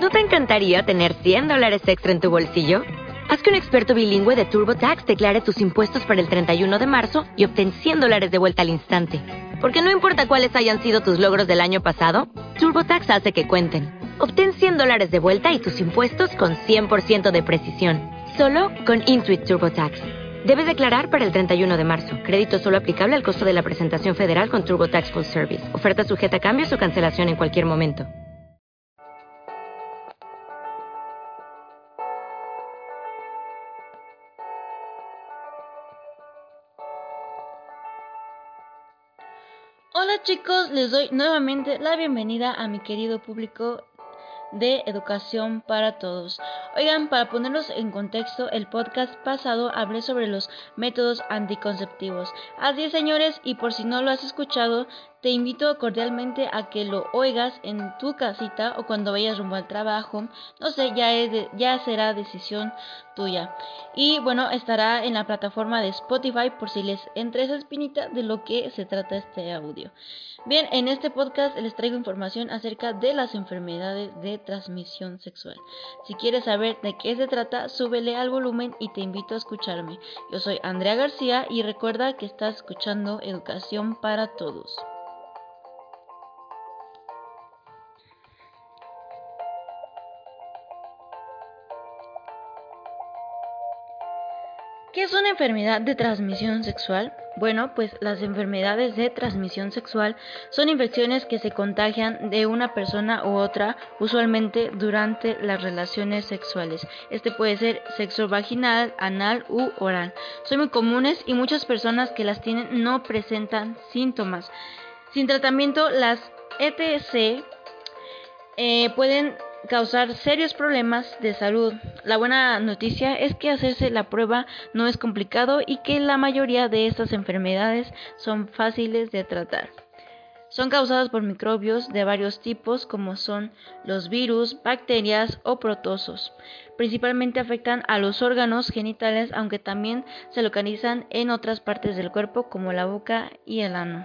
¿No te encantaría tener $100 extra en tu bolsillo? Haz que un experto bilingüe de TurboTax declare tus impuestos para el 31 de marzo y obtén $100 de vuelta al instante. Porque no importa cuáles hayan sido tus logros del año pasado, TurboTax hace que cuenten. Obtén $100 de vuelta y tus impuestos con 100% de precisión. Solo con Intuit TurboTax. Debes declarar para el 31 de marzo. Crédito solo aplicable al costo de la presentación federal con TurboTax Full Service. Oferta sujeta a cambios o cancelación en cualquier momento. Hola chicos, les doy nuevamente la bienvenida a mi querido público de Educación para Todos. Oigan, para ponerlos en contexto, el podcast pasado hablé sobre los métodos anticonceptivos. Así es, señores, y por si no lo has escuchado, te invito cordialmente a que lo oigas en tu casita o cuando vayas rumbo al trabajo. No sé, ya será decisión tuya. Y bueno, estará en la plataforma de Spotify por si les entra esa espinita de lo que se trata este audio. Bien, en este podcast les traigo información acerca de las enfermedades de transmisión sexual. Si quieres saber de qué se trata, súbele al volumen y te invito a escucharme. Yo soy Andrea García y recuerda que estás escuchando Educación para Todos. ¿Qué es una enfermedad de transmisión sexual? Bueno, pues las enfermedades de transmisión sexual son infecciones que se contagian de una persona u otra, usualmente durante las relaciones sexuales. Este puede ser sexo vaginal, anal u oral. Son muy comunes y muchas personas que las tienen no presentan síntomas. Sin tratamiento, las ETC pueden causar serios problemas de salud. La buena noticia es que hacerse la prueba no es complicado y que la mayoría de estas enfermedades son fáciles de tratar. Son causadas por microbios de varios tipos como son los virus, bacterias o protozoos. Principalmente afectan a los órganos genitales, aunque también se localizan en otras partes del cuerpo como la boca y el ano.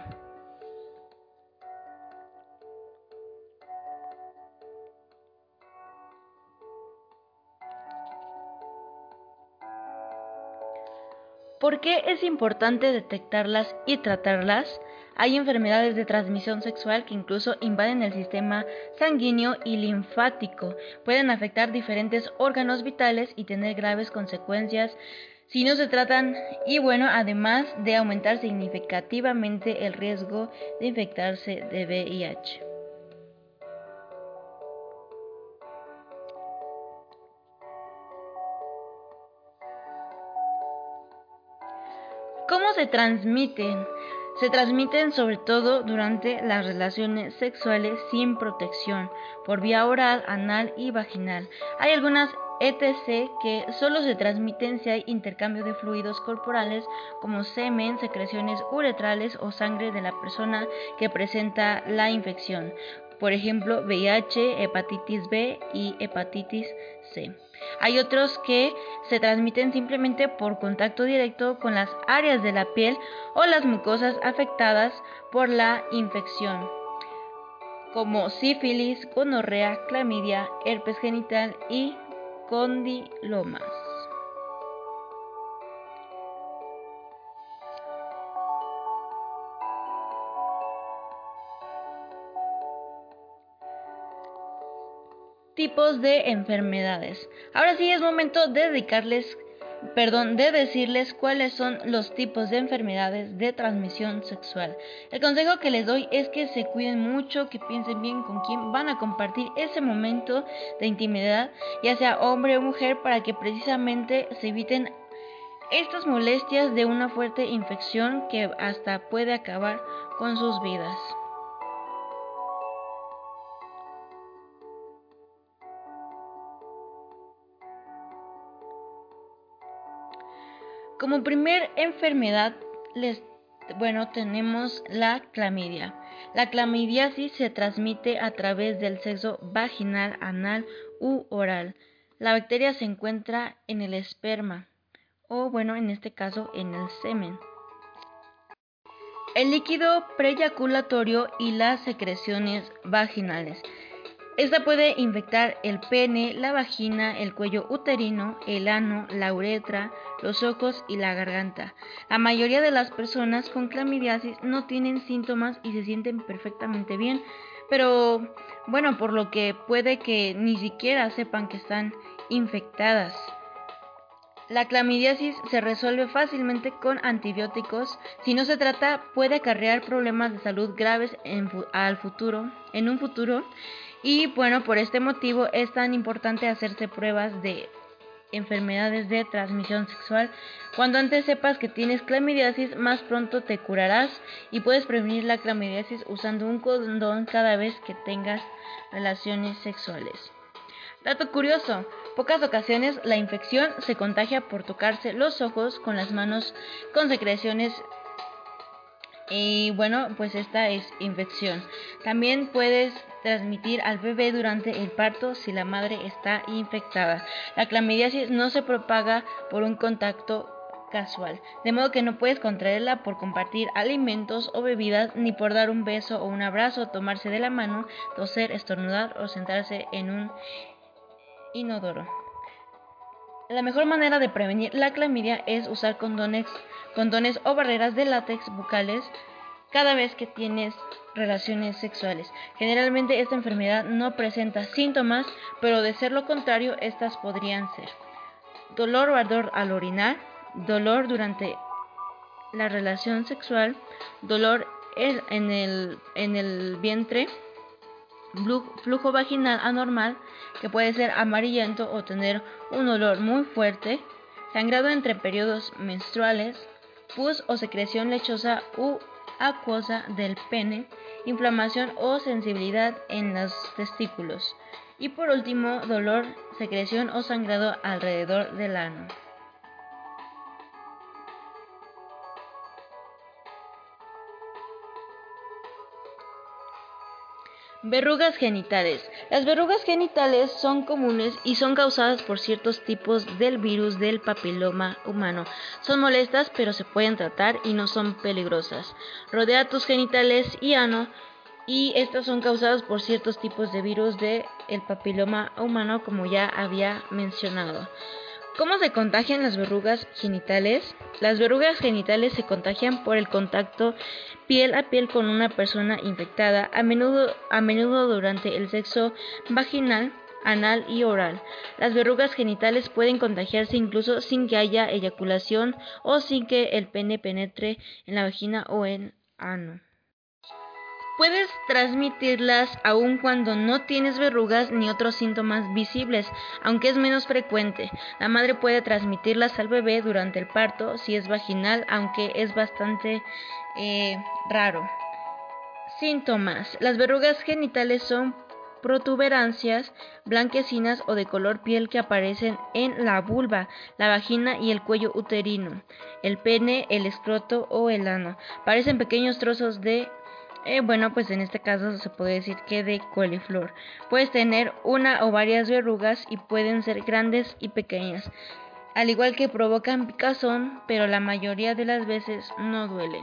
¿Por qué es importante detectarlas y tratarlas? Hay enfermedades de transmisión sexual que incluso invaden el sistema sanguíneo y linfático. Pueden afectar diferentes órganos vitales y tener graves consecuencias si no se tratan y bueno, además de aumentar significativamente el riesgo de infectarse de VIH. ¿Cómo se transmiten? Se transmiten sobre todo durante las relaciones sexuales sin protección, por vía oral, anal y vaginal. Hay algunas ETC que solo se transmiten si hay intercambio de fluidos corporales como semen, secreciones uretrales o sangre de la persona que presenta la infección. Por ejemplo, VIH, hepatitis B y hepatitis C. Hay otros que se transmiten simplemente por contacto directo con las áreas de la piel o las mucosas afectadas por la infección, como sífilis, gonorrea, clamidia, herpes genital y condilomas. Tipos de enfermedades. Ahora sí es momento de decirles cuáles son los tipos de enfermedades de transmisión sexual. El consejo que les doy es que se cuiden mucho, que piensen bien con quién van a compartir ese momento de intimidad, ya sea hombre o mujer, para que precisamente se eviten estas molestias de una fuerte infección que hasta puede acabar con sus vidas. Como primer enfermedad, tenemos la clamidia. La clamidiasis se transmite a través del sexo vaginal, anal u oral. La bacteria se encuentra en el esperma, en este caso en el semen, el líquido preyaculatorio y las secreciones vaginales. Esta puede infectar el pene, la vagina, el cuello uterino, el ano, la uretra, los ojos y la garganta. La mayoría de las personas con clamidiasis no tienen síntomas y se sienten perfectamente bien, pero bueno, por lo que puede que ni siquiera sepan que están infectadas. La clamidiasis se resuelve fácilmente con antibióticos. Si no se trata, puede acarrear problemas de salud graves en un futuro. Y bueno, por este motivo es tan importante hacerse pruebas de enfermedades de transmisión sexual. Cuando antes sepas que tienes clamidiasis, más pronto te curarás y puedes prevenir la clamidiasis usando un condón cada vez que tengas relaciones sexuales. Dato curioso, pocas ocasiones la infección se contagia por tocarse los ojos con las manos con secreciones y bueno, pues esta es infección. También puedes transmitir al bebé durante el parto si la madre está infectada. La clamidiasis no se propaga por un contacto casual, de modo que no puedes contraerla por compartir alimentos o bebidas, ni por dar un beso o un abrazo, tomarse de la mano, toser, estornudar o sentarse en un inodoro. La mejor manera de prevenir la clamidia es usar condones o barreras de látex bucales cada vez que tienes relaciones sexuales. Generalmente esta enfermedad no presenta síntomas, pero de ser lo contrario, estas podrían ser dolor o ardor al orinar, dolor durante la relación sexual, dolor en el vientre, flujo vaginal anormal que puede ser amarillento o tener un olor muy fuerte, sangrado entre periodos menstruales, pus o secreción lechosa u acuosa del pene, inflamación o sensibilidad en los testículos y por último dolor, secreción o sangrado alrededor del ano. Verrugas genitales. Las verrugas genitales son comunes y son causadas por ciertos tipos del virus del papiloma humano. Son molestas, pero se pueden tratar y no son peligrosas. Rodea tus genitales y ano, y estas son causadas por ciertos tipos de virus del papiloma humano, como ya había mencionado. ¿Cómo se contagian las verrugas genitales? Las verrugas genitales se contagian por el contacto piel a piel con una persona infectada, a menudo durante el sexo vaginal, anal y oral. Las verrugas genitales pueden contagiarse incluso sin que haya eyaculación o sin que el pene penetre en la vagina o en ano. Puedes transmitirlas aun cuando no tienes verrugas ni otros síntomas visibles, aunque es menos frecuente. La madre puede transmitirlas al bebé durante el parto si es vaginal, aunque es bastante raro. Síntomas. Las verrugas genitales son protuberancias blanquecinas o de color piel que aparecen en la vulva, la vagina y el cuello uterino, el pene, el escroto o el ano. Parecen pequeños trozos de pues en este caso se puede decir que de coliflor. Puedes tener una o varias verrugas y pueden ser grandes y pequeñas, al igual que provocan picazón, pero la mayoría de las veces no duelen.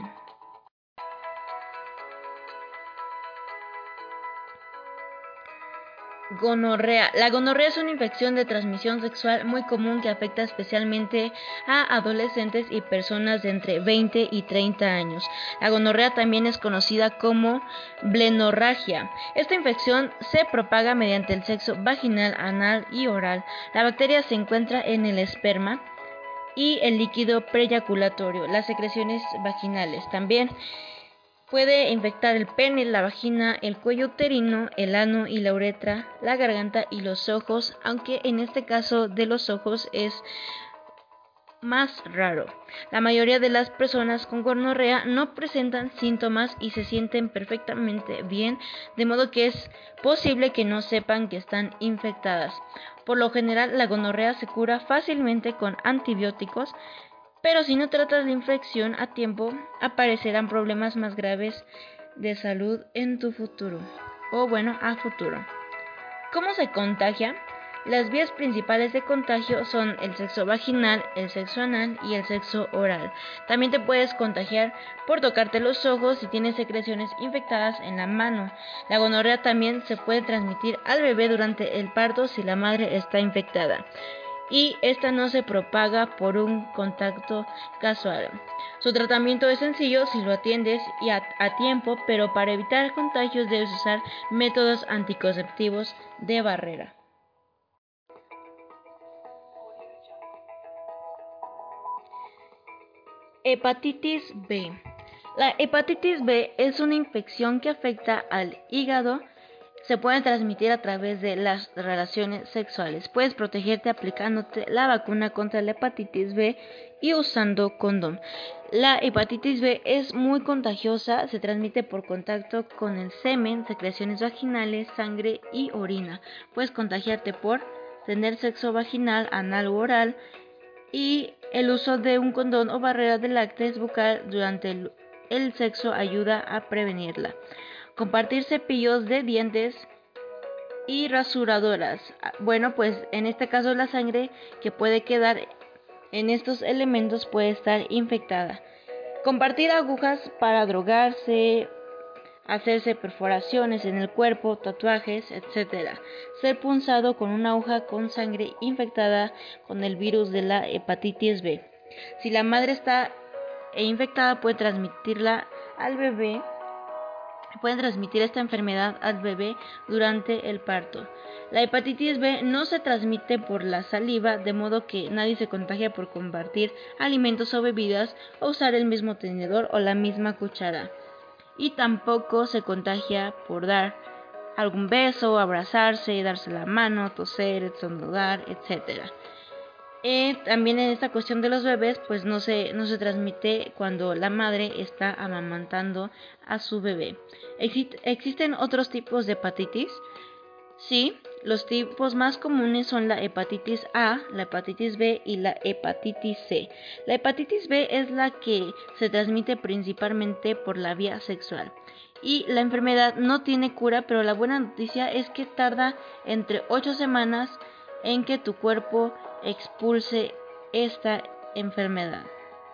Gonorrea. La gonorrea es una infección de transmisión sexual muy común que afecta especialmente a adolescentes y personas de entre 20 y 30 años. La gonorrea también es conocida como blenorragia. Esta infección se propaga mediante el sexo vaginal, anal y oral. La bacteria se encuentra en el esperma y el líquido preyaculatorio, las secreciones vaginales. También puede infectar el pene, la vagina, el cuello uterino, el ano y la uretra, la garganta y los ojos, aunque en este caso de los ojos es más raro. La mayoría de las personas con gonorrea no presentan síntomas y se sienten perfectamente bien, de modo que es posible que no sepan que están infectadas. Por lo general, la gonorrea se cura fácilmente con antibióticos, pero si no tratas la infección a tiempo, aparecerán problemas más graves de salud en tu futuro. A futuro. ¿Cómo se contagia? Las vías principales de contagio son el sexo vaginal, el sexo anal y el sexo oral. También te puedes contagiar por tocarte los ojos si tienes secreciones infectadas en la mano. La gonorrea también se puede transmitir al bebé durante el parto si la madre está infectada, y esta no se propaga por un contacto casual. Su tratamiento es sencillo si lo atiendes y a tiempo, pero para evitar contagios debes usar métodos anticonceptivos de barrera. Hepatitis B. La hepatitis B es una infección que afecta al hígado. Se puede transmitir a través de las relaciones sexuales. Puedes protegerte aplicándote la vacuna contra la hepatitis B y usando condón. La hepatitis B es muy contagiosa, se transmite por contacto con el semen, secreciones vaginales, sangre y orina. Puedes contagiarte por tener sexo vaginal, anal u oral, y el uso de un condón o barrera de látex bucal durante el sexo ayuda a prevenirla. Compartir cepillos de dientes y rasuradoras. Bueno, pues en este caso la sangre que puede quedar en estos elementos puede estar infectada. Compartir agujas para drogarse, hacerse perforaciones en el cuerpo, tatuajes, etc. Ser punzado con una aguja con sangre infectada con el virus de la hepatitis B. Si la madre está infectada, puede transmitir esta enfermedad al bebé durante el parto. La hepatitis B no se transmite por la saliva, de modo que nadie se contagia por compartir alimentos o bebidas o usar el mismo tenedor o la misma cuchara. Y tampoco se contagia por dar algún beso, abrazarse, darse la mano, toser, estornudar, etc. También en esta cuestión de los bebés, pues no se transmite cuando la madre está amamantando a su bebé. ¿Existen otros tipos de hepatitis? Sí, los tipos más comunes son la hepatitis A, la hepatitis B y la hepatitis C. La hepatitis B es la que se transmite principalmente por la vía sexual. Y la enfermedad no tiene cura, pero la buena noticia es que tarda entre 8 semanas en que tu cuerpo expulse esta enfermedad.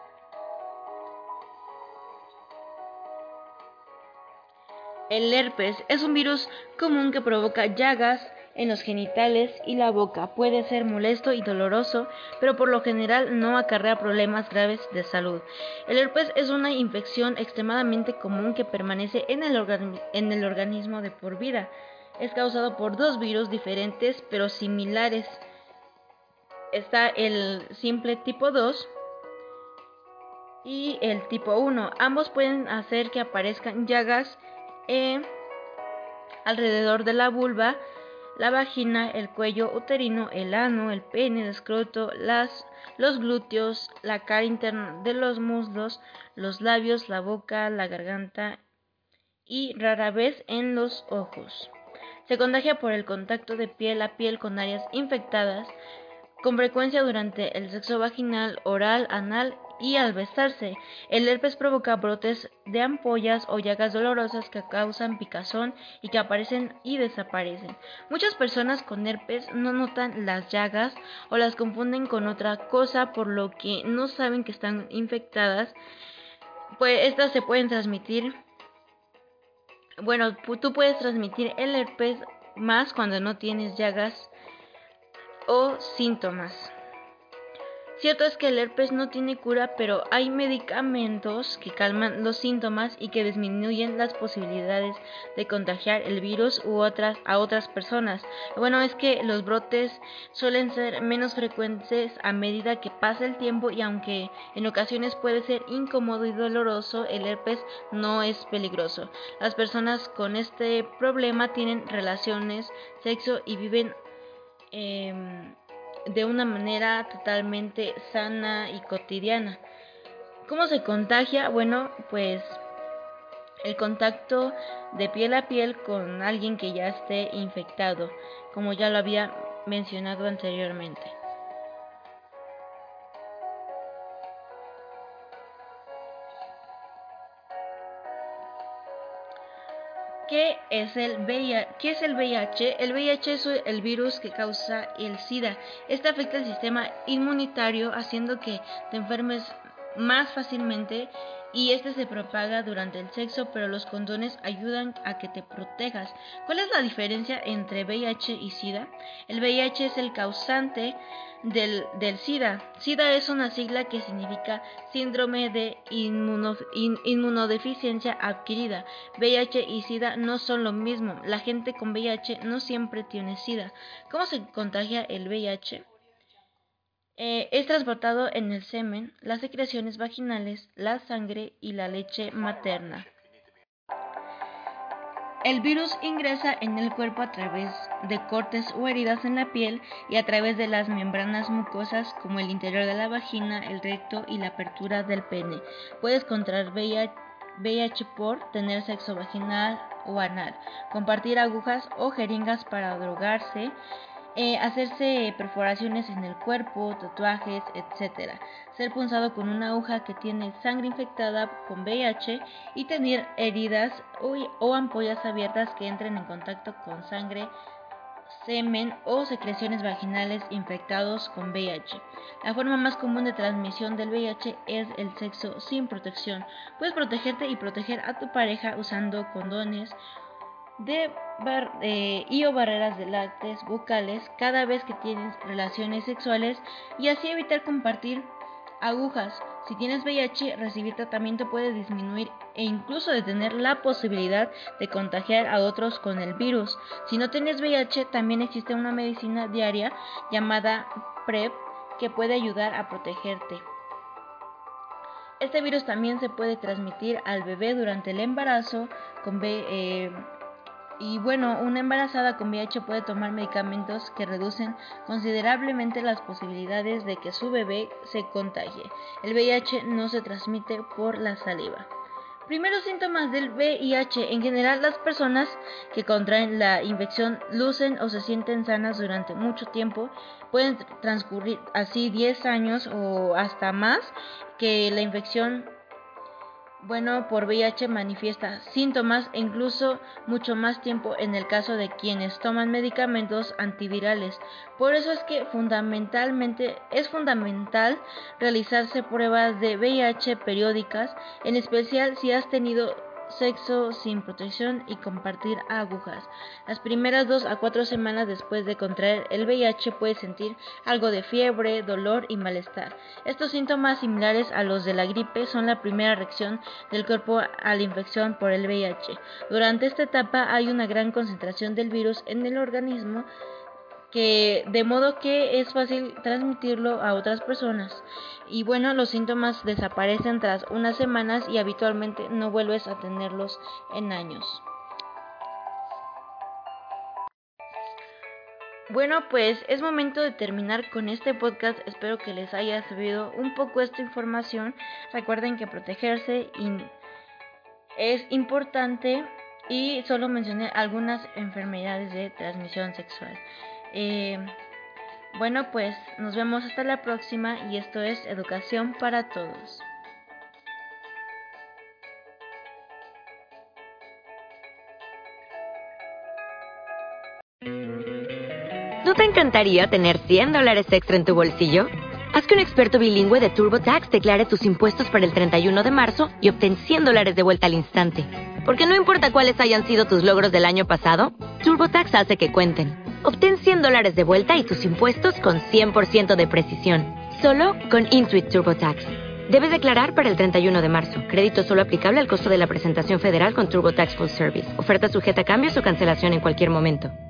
El herpes es un virus común que provoca llagas en los genitales y la boca. Puede ser molesto y doloroso, pero por lo general no acarrea problemas graves de salud. El herpes es una infección extremadamente común que permanece en el organismo de por vida. Es causado por dos virus diferentes pero similares. Está el simple tipo 2 y el tipo 1. Ambos pueden hacer que aparezcan llagas alrededor de la vulva, la vagina, el cuello uterino, el ano, el pene, el escroto, los glúteos, la cara interna de los muslos, los labios, la boca, la garganta y rara vez en los ojos. Se contagia por el contacto de piel a piel con áreas infectadas, con frecuencia durante el sexo vaginal, oral, anal y al besarse. El herpes provoca brotes de ampollas o llagas dolorosas que causan picazón y que aparecen y desaparecen. Muchas personas con herpes no notan las llagas o las confunden con otra cosa, por lo que no saben que están infectadas. Pues estas se pueden transmitir. Bueno, tú puedes transmitir el herpes más cuando no tienes llagas o síntomas. Cierto es que el herpes no tiene cura, pero hay medicamentos que calman los síntomas y que disminuyen las posibilidades de contagiar el virus a otras personas. Lo bueno es que los brotes suelen ser menos frecuentes a medida que pasa el tiempo, y aunque en ocasiones puede ser incómodo y doloroso, el herpes no es peligroso. Las personas con este problema tienen relaciones, sexo y viven de una manera totalmente sana y cotidiana. ¿Cómo se contagia? Bueno, pues el contacto de piel a piel con alguien que ya esté infectado, como ya lo había mencionado anteriormente. ¿Qué es el VIH. ¿Qué es el VIH? El VIH es el virus que causa el SIDA. Este afecta el sistema inmunitario, haciendo que te enfermes más fácilmente, y este se propaga durante el sexo, pero los condones ayudan a que te protejas. ¿Cuál es la diferencia entre VIH y SIDA? El VIH es el causante del SIDA. SIDA es una sigla que significa síndrome de inmunodeficiencia adquirida. VIH y SIDA no son lo mismo. La gente con VIH no siempre tiene SIDA. ¿Cómo se contagia el VIH? Es transportado en el semen, las secreciones vaginales, la sangre y la leche materna. El virus ingresa en el cuerpo a través de cortes o heridas en la piel y a través de las membranas mucosas como el interior de la vagina, el recto y la apertura del pene. Puedes contraer VIH por tener sexo vaginal o anal, compartir agujas o jeringas para drogarse, hacerse perforaciones en el cuerpo, tatuajes, etc. Ser punzado con una aguja que tiene sangre infectada con VIH y tener heridas o ampollas abiertas que entren en contacto con sangre, semen o secreciones vaginales infectados con VIH. La forma más común de transmisión del VIH es el sexo sin protección. Puedes protegerte y proteger a tu pareja usando condones o barreras de látex bucales cada vez que tienes relaciones sexuales, y así evitar compartir agujas. Si tienes VIH, recibir tratamiento puede disminuir e incluso detener la posibilidad de contagiar a otros con el virus. Si no tienes VIH, también existe una medicina diaria llamada PrEP que puede ayudar a protegerte. Este virus también se puede transmitir al bebé durante el embarazo una embarazada con VIH puede tomar medicamentos que reducen considerablemente las posibilidades de que su bebé se contagie. El VIH no se transmite por la saliva. Primeros síntomas del VIH. En general, las personas que contraen la infección lucen o se sienten sanas durante mucho tiempo. Pueden transcurrir así 10 años o hasta más que la infección por VIH manifiesta síntomas, e incluso mucho más tiempo en el caso de quienes toman medicamentos antivirales. Por eso es que es fundamental realizarse pruebas de VIH periódicas, en especial si has tenido sexo sin protección y compartir agujas. Las primeras 2 a 4 semanas después de contraer el VIH puedes sentir algo de fiebre, dolor y malestar. Estos síntomas, similares a los de la gripe, son la primera reacción del cuerpo a la infección por el VIH. Durante esta etapa hay una gran concentración del virus en el organismo, de modo que es fácil transmitirlo a otras personas. Y los síntomas desaparecen tras unas semanas y habitualmente no vuelves a tenerlos en años. Pues es momento de terminar con este podcast. Espero que les haya servido un poco esta información. Recuerden que protegerse es importante, y solo mencioné algunas enfermedades de transmisión sexual. Pues nos vemos hasta la próxima, y esto es Educación para Todos. ¿No te encantaría tener $100 extra en tu bolsillo? Haz que un experto bilingüe de TurboTax declare tus impuestos para el 31 de marzo y obtén $100 de vuelta al instante. Porque no importa cuáles hayan sido tus logros del año pasado, TurboTax hace que cuenten. Obtén $100 de vuelta y tus impuestos con 100% de precisión. Solo con Intuit TurboTax. Debes declarar para el 31 de marzo. Crédito solo aplicable al costo de la presentación federal con TurboTax Full Service. Oferta sujeta a cambios o cancelación en cualquier momento.